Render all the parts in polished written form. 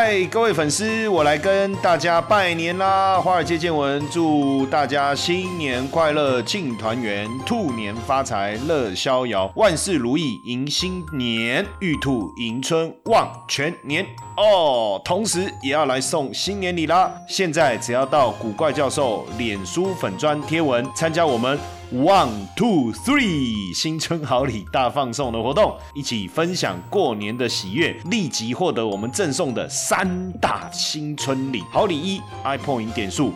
嗨，各位粉丝，我来跟大家拜年啦！华尔街见闻祝大家新年快乐，庆团圆，兔年发财，乐逍遥，万事如意，迎新年，玉兔迎春，旺全年哦！同时也要来送新年礼啦！现在只要到古怪教授脸书粉专贴文，参加我们1、2、3新春好礼大放送的活动，一起分享过年的喜悦，立即获得我们赠送的3大新春礼。好礼一 ，iPoint 点数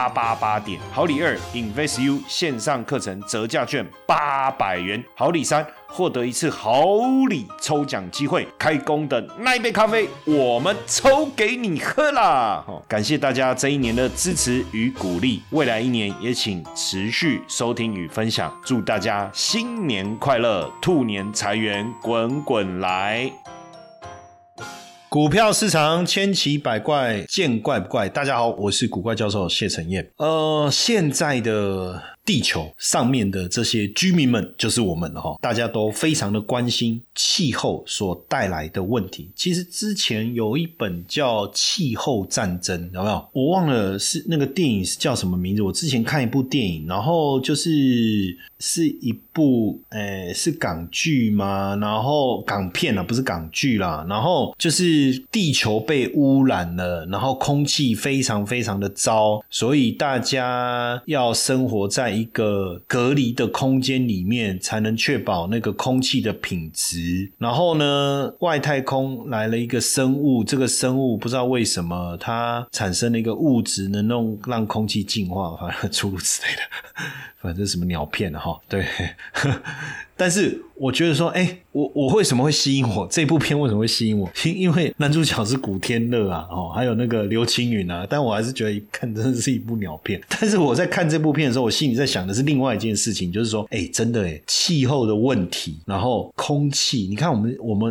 888点；好礼二 ，InvestU 线上课程折价券800元；好礼三，获得一次好礼抽奖机会，开工的那一杯咖啡，我们抽给你喝啦！感谢大家这一年的支持与鼓励，未来一年也请持续收听与分享，祝大家新年快乐，兔年财源滚滚来。股票市场千奇百怪，见怪不怪。大家好，我是股怪教授谢承彦。现在的地球上面的这些居民们，就是我们大家都非常的关心气候所带来的问题。其实之前有一本叫《气候战争》，有没有？我忘了是那个电影是叫什么名字。我之前看一部电影，然后是一部是港剧吗？然后港片啦，不是港剧啦。然后就是地球被污染了，然后空气非常非常的糟，所以大家要生活在一个隔离的空间里面，才能确保那个空气的品质。然后呢，外太空来了一个生物，这个生物不知道为什么它产生了一个物质，能让空气净化，反正诸如此类的，反正什么鸟片对。但是我觉得说我为什么会吸引我这部片为什么会吸引我，因为男主角是古天乐啊还有那个刘青云啊，但我还是觉得看真的是一部鸟片。但是我在看这部片的时候，我心里在想的是另外一件事情，就是说真的气候的问题，然后空气，你看我们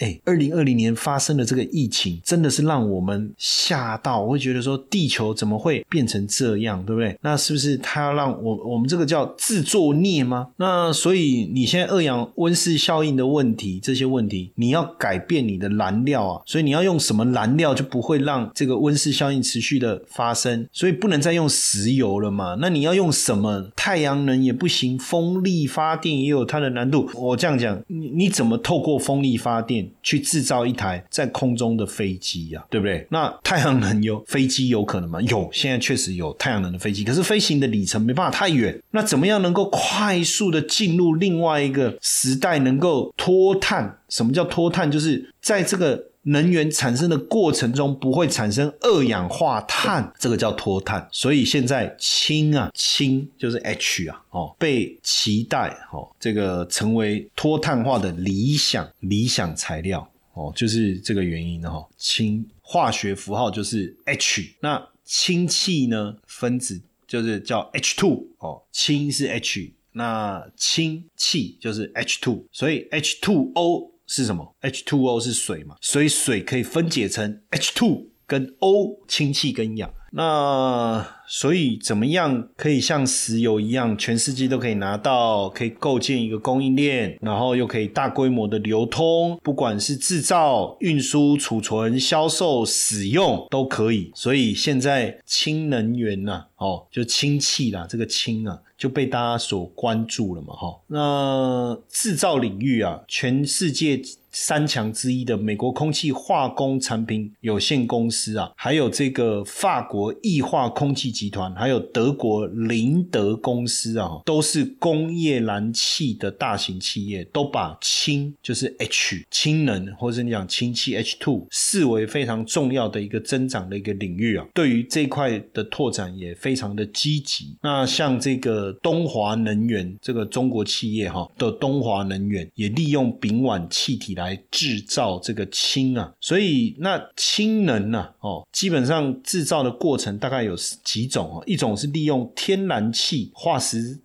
2020年发生的这个疫情真的是让我们吓到，我会觉得说地球怎么会变成这样，对不对？那是不是它要让我们这个叫自作孽吗？那所以你现在二氧温室效应的问题，这些问题你要改变你的燃料啊，所以你要用什么燃料就不会让这个温室效应持续的发生，所以不能再用石油了嘛。那你要用什么？太阳能也不行，风力发电也有它的难度。我这样讲，你怎么透过风力发电去制造一台在空中的飞机啊，对不对？那太阳能飞机有可能吗？有，现在确实有太阳能的飞机，可是飞行的里程没办法太远。那怎么样能够快速的进入另外一个时代，能够脱碳？什么叫脱碳？就是在这个能源产生的过程中不会产生二氧化碳，这个叫脱碳。所以现在氢就是 H 被期待这个成为脱碳化的理想材料就是这个原因氢化学符号就是 H， 那氢气呢分子就是叫 H2 氢是 H， 那氢气就是 H2， 所以 H2O 是什么？ H2O 是水嘛，所以水可以分解成 H2 跟 O， 氢气跟氧。那所以怎么样可以像石油一样全世界都可以拿到，可以构建一个供应链，然后又可以大规模的流通，不管是制造、运输、储存、销售、使用都可以。所以现在氢能源就氢气啦，这个氢就被大家所关注了嘛那制造领域全世界3强之一的美国空气化工产品有限公司还有这个法国液化空气集团，还有德国林德公司都是工业燃气的大型企业，都把氢就是 H 氢能或者你讲氢气 H2 视为非常重要的一个增长的一个领域对于这一块的拓展也非常的积极。那像这个东华能源这个中国企业的东华能源也利用丙烷气体来制造这个氢所以那氢能基本上制造的过程大概有几种一种是利用天然气、化石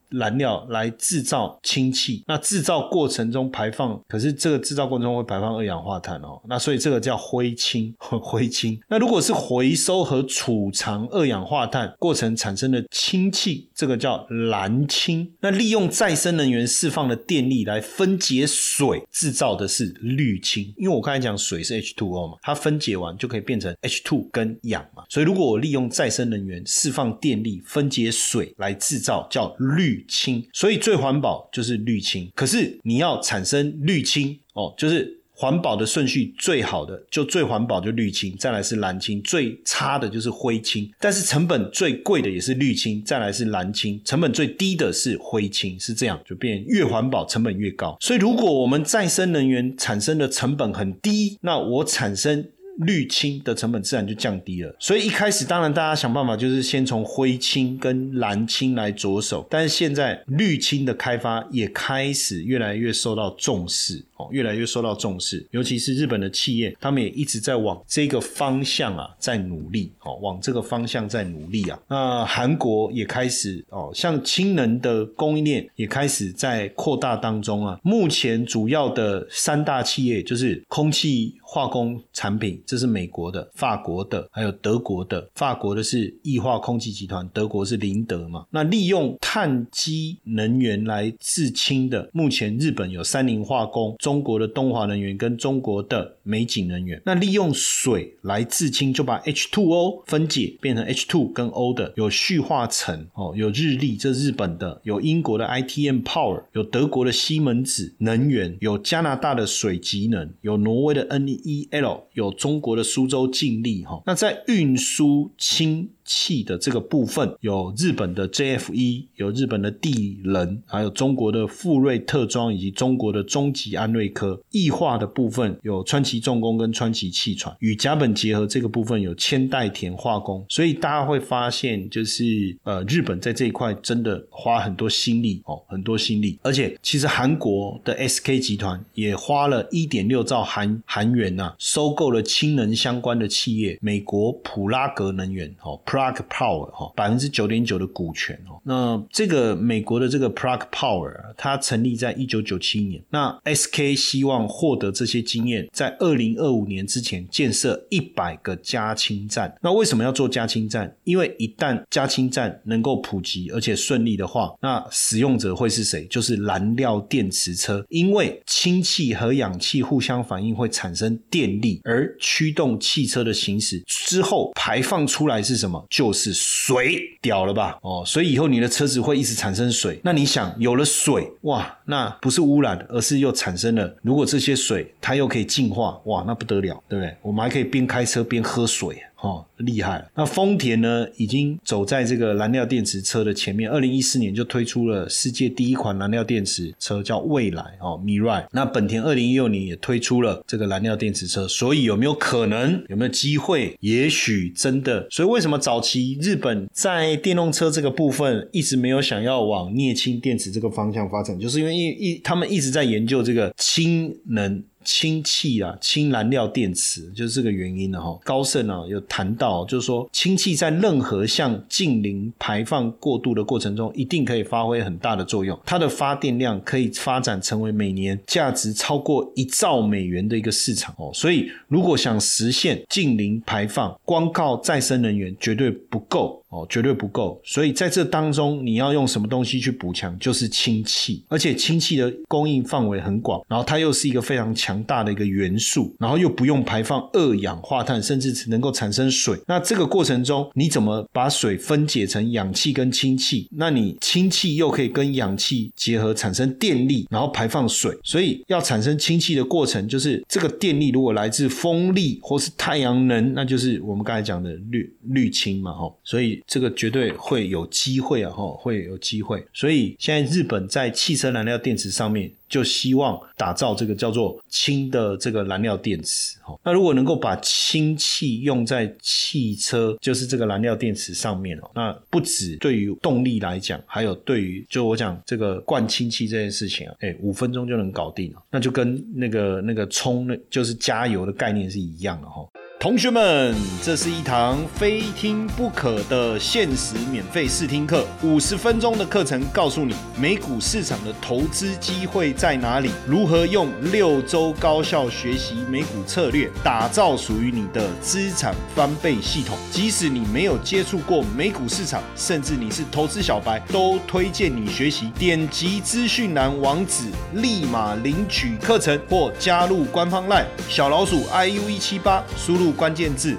燃料来制造氢气，那制造过程中排放，可是这个制造过程中会排放二氧化碳那所以这个叫灰氢灰氢。那如果是回收和储藏二氧化碳过程产生的氢气，这个叫蓝氢。那利用再生能源释放的电力来分解水制造的是绿氢，因为我刚才讲水是 H2O 嘛，它分解完就可以变成 H2 跟氧嘛，所以如果我利用再生能源释放电力分解水来制造叫绿氢，所以最环保就是绿氢。可是你要产生绿氢就是环保的顺序最好的就最环保就绿氢，再来是蓝氢，最差的就是灰氢，但是成本最贵的也是绿氢，再来是蓝氢，成本最低的是灰氢，是这样，就变越环保成本越高。所以如果我们再生能源产生的成本很低，那我产生绿氢的成本自然就降低了。所以一开始当然大家想办法就是先从灰氢跟蓝氢来着手，但是现在绿氢的开发也开始越来越受到重视越来越受到重视，尤其是日本的企业，他们也一直在往这个方向在努力往这个方向在努力那韩国也开始像氢能的供应链也开始在扩大当中目前主要的三大企业就是空气化工产品，这是美国的、法国的还有德国的。法国的是液化空气集团，德国是林德嘛。那利用碳基能源来制氢的，目前日本有三菱化工，中国的东华能源跟中国的美景能源。那利用水来制氢，就把 H2O 分解变成 H2 跟 O 的，有旭化成有日立，这是日本的，有英国的 ITM Power， 有德国的西门子能源，有加拿大的水极能，有挪威的 NEL， 有中国的苏州净利那在运输氢气的这个部分，有日本的 JFE， 有日本的地能，还有中国的富瑞特装以及中国的中吉安瑞科。液化的部分有川崎重工跟川崎汽船，与甲苯结合这个部分有千代田化工。所以大家会发现就是日本在这一块真的花很多心力很多心力。而且其实韩国的 SK 集团也花了 1.6 兆韩元收购了氢能相关的企业，美国普拉格能源Plug Power9.9% 的股权那这个美国的这个 Plug Power 它成立在1997年，那 SK 希望获得这些经验，在2025年之前建设100个加氢站。那为什么要做加氢站？因为一旦加氢站能够普及而且顺利的话，那使用者会是谁？就是燃料电池车，因为氢气和氧气互相反应会产生电力，而驱动汽车的行驶之后排放出来是什么？就是水。屌了吧所以以后你的车子会一直产生水。那你想有了水，哇，那不是污染，而是又产生了，如果这些水它又可以净化，哇，那不得了，对不对？我们还可以边开车边喝水厉害了。那丰田呢已经走在这个燃料电池车的前面，2014年就推出了世界第一款燃料电池车叫蔚来Mirai。那本田2016年也推出了这个燃料电池车，所以有没有可能，有没有机会？也许真的。所以为什么早期日本在电动车这个部分一直没有想要往镍氢电池这个方向发展，就是因为他们一直在研究这个氢能氢气氢燃料电池，就是这个原因高盛有谈到，就是说氢气在任何向近零排放过度的过程中一定可以发挥很大的作用，它的发电量可以发展成为每年价值超过1兆美元的一个市场所以如果想实现近零排放，光靠再生能源绝对不够绝对不够。所以在这当中你要用什么东西去补强，就是氢气。而且氢气的供应范围很广，然后它又是一个非常强大的一个元素，然后又不用排放二氧化碳，甚至能够产生水。那这个过程中你怎么把水分解成氧气跟氢气，那你氢气又可以跟氧气结合产生电力，然后排放水。所以要产生氢气的过程，就是这个电力如果来自风力或是太阳能，那就是我们刚才讲的绿氢嘛所以这个绝对会有机会会有机会。所以现在日本在汽车燃料电池上面就希望打造这个叫做氢的这个燃料电池那如果能够把氢气用在汽车，就是这个燃料电池上面那不止对于动力来讲，还有对于就我讲这个灌氢气这件事情5分钟就能搞定那就跟那个充就是加油的概念是一样的同学们，这是一堂非听不可的限时免费试听课，50分钟的课程告诉你美股市场的投资机会在哪里，如何用6周高效学习美股策略，打造属于你的资产翻倍系统。即使你没有接触过美股市场，甚至你是投资小白，都推荐你学习。点击资讯栏网址，立马领取课程或加入官方 LINE 小老鼠 IU178，输入关键字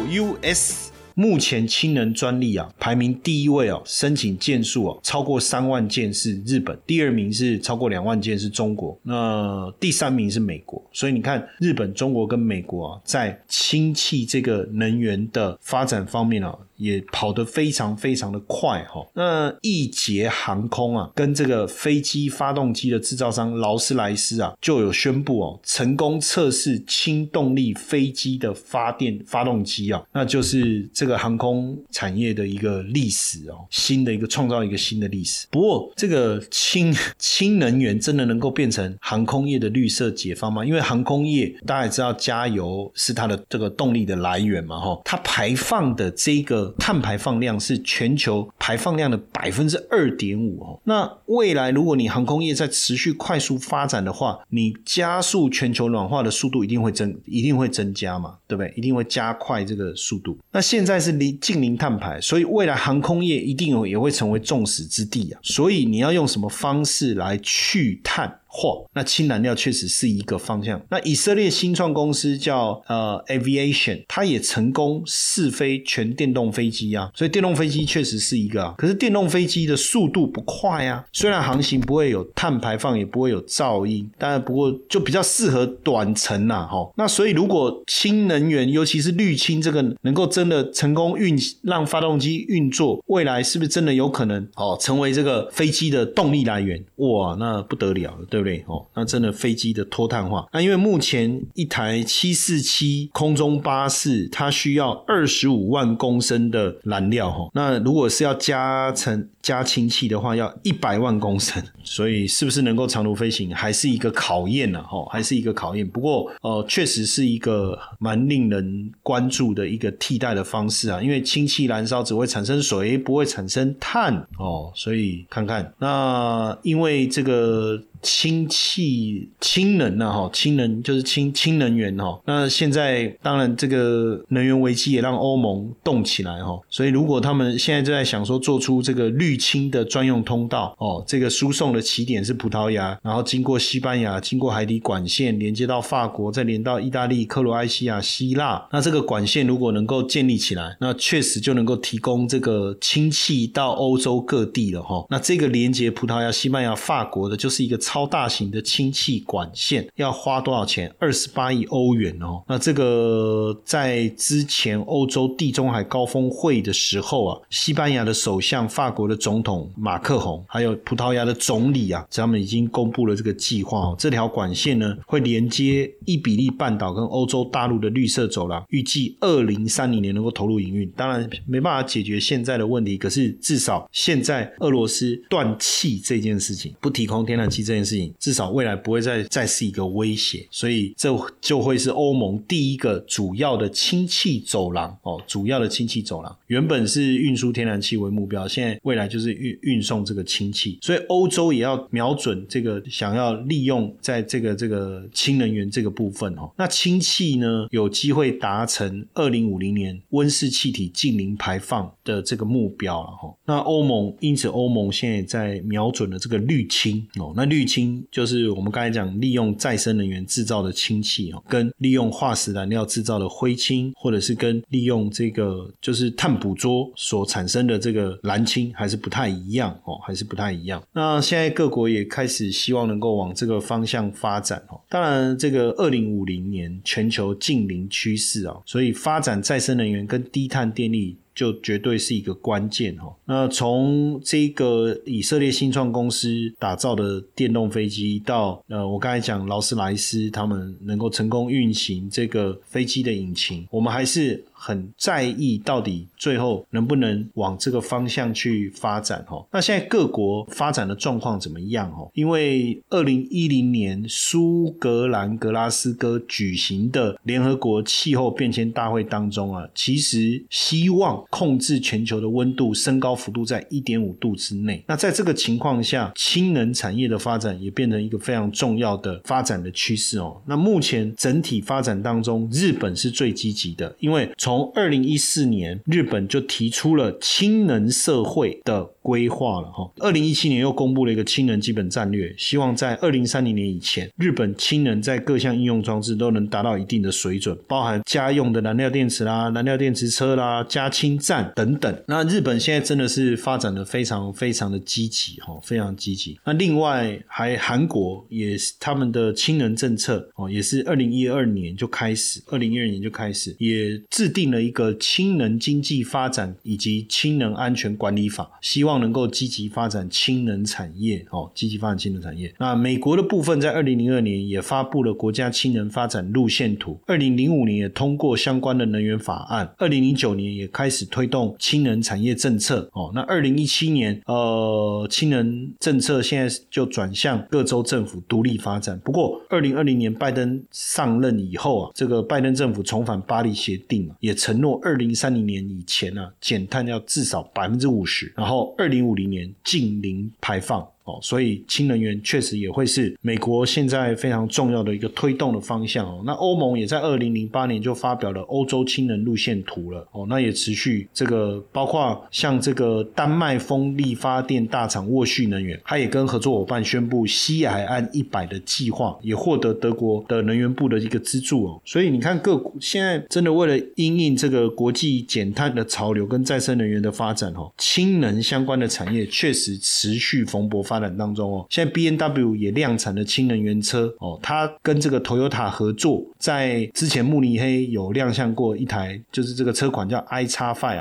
6US。目前氢能专利排名第一位申请件数超过3万件是日本，第二名是超过2万件是中国，那第3名是美国。所以你看日本、中国跟美国在氢气这个能源的发展方面也跑得非常非常的快那易捷航空跟这个飞机发动机的制造商劳斯莱斯就有宣布成功测试氢动力飞机的发动机那就是这个航空产业的一个历史创造一个新的历史。不过这个氢能源真的能够变成航空业的绿色解放吗？因为航空业大家也知道加油是它的这个动力的来源嘛它排放的这个碳排放量是全球排放量的 2.5%。 那未来如果你航空业在持续快速发展的话，你加速全球暖化的速度一定会增加嘛，对不对？一定会加快这个速度。那现在是近零碳排，所以未来航空业一定也会成为众矢之的所以你要用什么方式来去碳化，那氢燃料确实是一个方向。那以色列新创公司叫Aviation， 它也成功试飞全电动飞机所以电动飞机确实是一个可是电动飞机的速度不快虽然航行不会有碳排放，也不会有噪音，当然不过就比较适合短程那所以如果氢能源尤其是绿氢这个能够真的成功让发动机运作，未来是不是真的有可能成为这个飞机的动力来源？哇，那不得了了，对不对？那真的飞机的脱碳化。那因为目前一台747空中巴士它需要25万公升的燃料那如果是要加氢气的话要100万公升，所以是不是能够长途飞行还是一个考验还是一个考验。不过确实是一个蛮令人关注的一个替代的方式因为氢气燃烧只会产生水，不会产生碳所以看看那因为这个氢能就是氢能源那现在当然这个能源危机也让欧盟动起来所以如果他们现在就在想说做出这个绿氢的专用通道这个输送的起点是葡萄牙，然后经过西班牙，经过海底管线连接到法国，再连到意大利、克罗埃西亚、希腊，那这个管线如果能够建立起来，那确实就能够提供这个氢气到欧洲各地了那这个连接葡萄牙、西班牙、法国的就是一个超大型的氢气管线，要花多少钱？28亿欧元那这个在之前欧洲地中海高峰会的时候西班牙的首相、法国的总统马克宏，还有葡萄牙的总理他们已经公布了这个计划这条管线呢会连接伊比利半岛跟欧洲大陆的绿色走廊，预计2030年能够投入营运。当然没办法解决现在的问题，可是至少现在俄罗斯断气这件事情，不提供天然气这件事情，至少未来不会再是一个威胁，所以这就会是欧盟第一个主要的氢气走廊主要的氢气走廊原本是运输天然气为目标，现在未来就是运送这个氢气，所以欧洲也要瞄准这个想要利用在这个氢能源这个部分那氢气呢有机会达成2050年温室气体净零排放的这个目标那因此欧盟现在在瞄准了这个绿氢那绿氢就是我们刚才讲利用再生能源制造的氢气跟利用化石燃料制造的灰氢，或者是跟利用这个就是碳捕捉所产生的这个蓝氢还是不太一样那现在各国也开始希望能够往这个方向发展当然这个2050年全球净零趋势所以发展再生能源跟低碳电力就绝对是一个关键那从这个以色列新创公司打造的电动飞机到我刚才讲劳斯莱斯他们能够成功运行这个飞机的引擎，我们还是很在意到底最后能不能往这个方向去发展。那现在各国发展的状况怎么样？因为2010年苏格兰格拉斯哥举行的联合国气候变迁大会当中其实希望控制全球的温度升高幅度在 1.5 度之内。那在这个情况下，氢能产业的发展也变成一个非常重要的发展的趋势。那目前整体发展当中，日本是最积极的，因为从2014年日本就提出了氢能社会的规划了。2017年又公布了一个氢能基本战略，希望在2030年以前，日本氢能在各项应用装置都能达到一定的水准，包含家用的燃料电池啦、燃料电池车啦、加氢站等等。那日本现在真的是发展的非常非常的积极，非常积极。那另外韩国也是他们的氢能政策也是2012年就开始，也制定了一个氢能经济发展以及氢能安全管理法，希望能够积极发展氢能产业。那美国的部分在2002年也发布了国家氢能发展路线图，2005年也通过相关的能源法案，2009年也开始推动氢能产业政策。那2017年氢能政策现在就转向各州政府独立发展。不过2020年拜登上任以后这个拜登政府重返巴黎协定也承诺2030年以前减碳要至少 50%， 然后2050年净零排放。所以氢能源确实也会是美国现在非常重要的一个推动的方向。那欧盟也在2008年就发表了欧洲氢能路线图了。那也持续这个包括像这个丹麦风力发电大厂沃旭能源，它也跟合作伙伴宣布西海岸100的计划，也获得德国的能源部的一个资助。所以你看各国现在真的为了因应这个国际减碳的潮流跟再生能源的发展，氢能相关的产业确实持续蓬勃发展当中。现在 B&W 也量产了氢能源车，它跟这个 Toyota 合作，在之前慕尼黑有亮相过一台，就是这个车款叫 iX5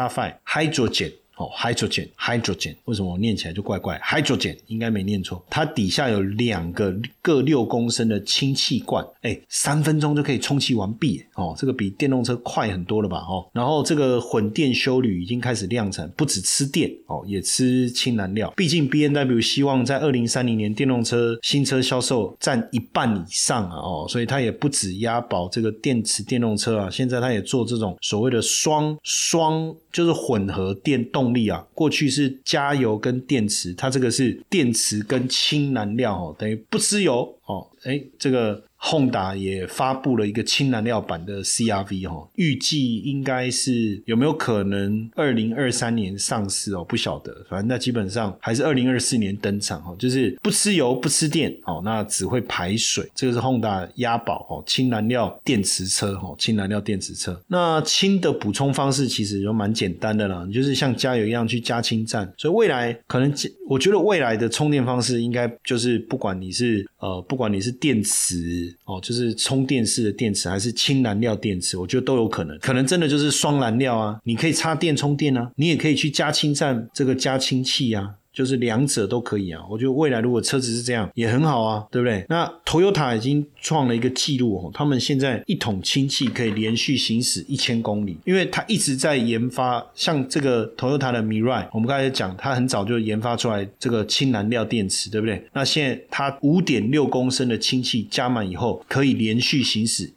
Hydrogen 为什么我念起来就怪怪 Hydrogen 应该没念错，它底下有2个各6公升的氢气罐，3分钟就可以充气完毕，这个比电动车快很多了吧。然后这个混电休旅已经开始量产，不只吃电也吃氢燃料，毕竟 B&W 希望在2030年电动车新车销售占1半以上所以它也不只押宝这个电池电动车现在它也做这种所谓的双就是混合电动力过去是加油跟电池，它这个是电池跟氢燃料等于不吃油这个Honda 也发布了一个氢燃料版的 CR-V 预计应该是有没有可能2023年上市不晓得，反正那基本上还是2024年登场就是不吃油不吃电那只会排水，这个是 Honda 押宝氢燃料电池车那氢的补充方式其实就蛮简单的啦，就是像加油一样去加氢站，所以未来可能我觉得未来的充电方式应该就是不管你是电池就是充电式的电池还是氢燃料电池，我觉得都有可能真的就是双燃料你可以插电充电你也可以去加氢站这个加氢气就是两者都可以我觉得未来如果车子是这样也很好对不对？那 Toyota 已经创了一个记录他们现在一桶氢气可以连续行驶1000公里，因为它一直在研发，像这个 Toyota 的 Mirai 我们刚才讲它很早就研发出来这个氢燃料电池，对不对？那现在它 5.6 公升的氢气加满以后可以连续行驶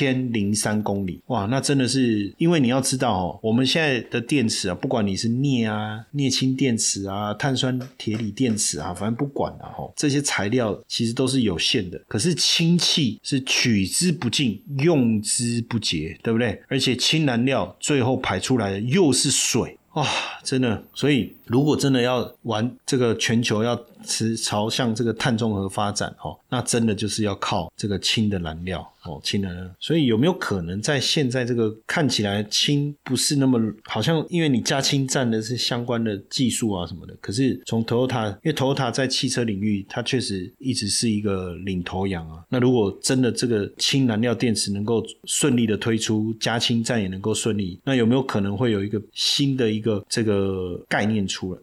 1003公里，哇，那真的是，因为你要知道我们现在的电池不管你是镍氢电池碳酸铁锂电池反正不管这些材料其实都是有限的，可是氢气是取之不尽用之不竭，对不对？而且氢燃料最后排出来的又是水，真的，所以如果真的要玩这个全球要朝向这个碳中和发展那真的就是要靠这个氢的燃料氢的燃料。所以有没有可能在现在这个看起来氢不是那么好像，因为你加氢站的是相关的技术什么的，可是从 Toyota， 因为 Toyota 在汽车领域它确实一直是一个领头羊那如果真的这个氢燃料电池能够顺利的推出，加氢站也能够顺利，那有没有可能会有一个新的一个这个概念出来，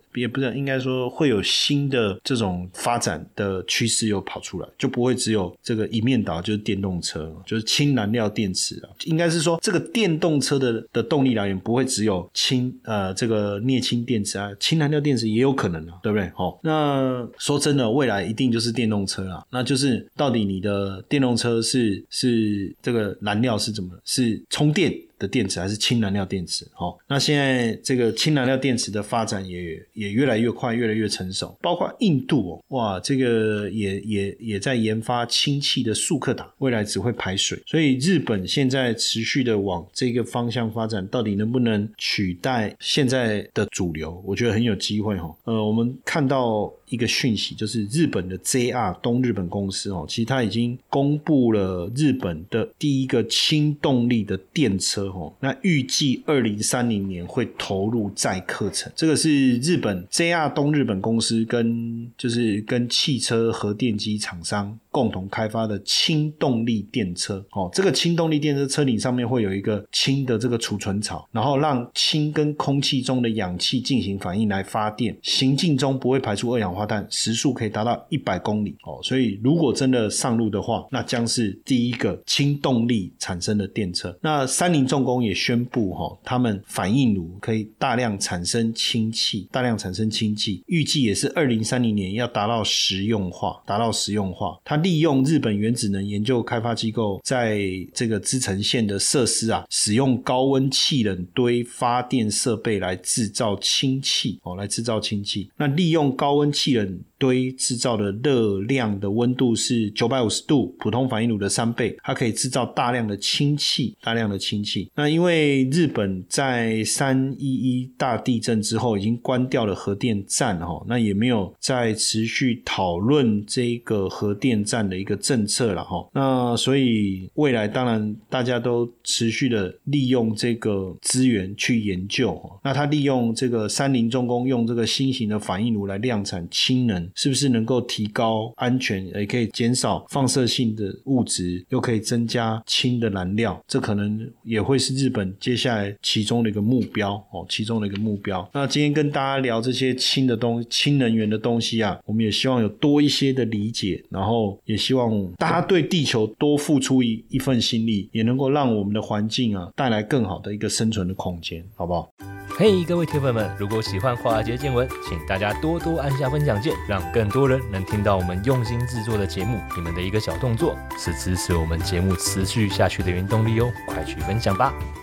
也不是应该说会有新的这种发展的趋势又跑出来，就不会只有这个一面倒就是电动车，就是氢燃料电池应该是说这个电动车的动力来源不会只有这个镍氢电池氢燃料电池也有可能对不对？那说真的，未来一定就是电动车啦，那就是到底你的电动车是这个燃料是怎么，是充电的电池还是氢燃料电池那现在这个氢燃料电池的发展也越来越快，越来越成熟，包括印度哇，这个也在研发氢气的速克达，未来只会排水，所以日本现在持续的往这个方向发展，到底能不能取代现在的主流，我觉得很有机会我们看到一个讯息，就是日本的 JR 东日本公司其实它已经公布了日本的第一个氢动力的电车那预计2030年会投入载客层，这个是日本 JR 东日本公司跟汽车核电机厂商共同开发的氢动力电车这个氢动力电车车顶上面会有一个氢的这个储存槽，然后让氢跟空气中的氧气进行反应来发电，行进中不会排出二氧化碳，时速可以达到100公里所以如果真的上路的话，那将是第一个氢动力产生的电车。那三菱重工也宣布他们反应炉可以大量产生氢气，预计也是2030年要达到实用化。它利用日本原子能研究开发机构在这个织城县的设施使用高温气冷堆发电设备来制造氢气那利用高温气冷堆制造的热量的温度是950度，普通反应炉的3倍，它可以制造大量的氢气。那因为日本在311大地震之后已经关掉了核电站那也没有再持续讨论这个核电站的一个政策了那所以未来当然大家都持续的利用这个资源去研究那它利用这个三菱重工用这个新型的反应炉来量产氢能，是不是能够提高安全，也可以减少放射性的物质，又可以增加氢的燃料，这可能也会是日本接下来其中的一个目标那今天跟大家聊这些氢能源的东西我们也希望有多一些的理解，然后也希望大家对地球多付出一份心力，也能够让我们的环境带来更好的一个生存的空间，好不好？ 嘿，各位铁粉们，如果喜欢华尔街见闻，请大家多多按下分享键，让更多人能听到我们用心制作的节目。你们的一个小动作是支持我们节目持续下去的原动力快去分享吧。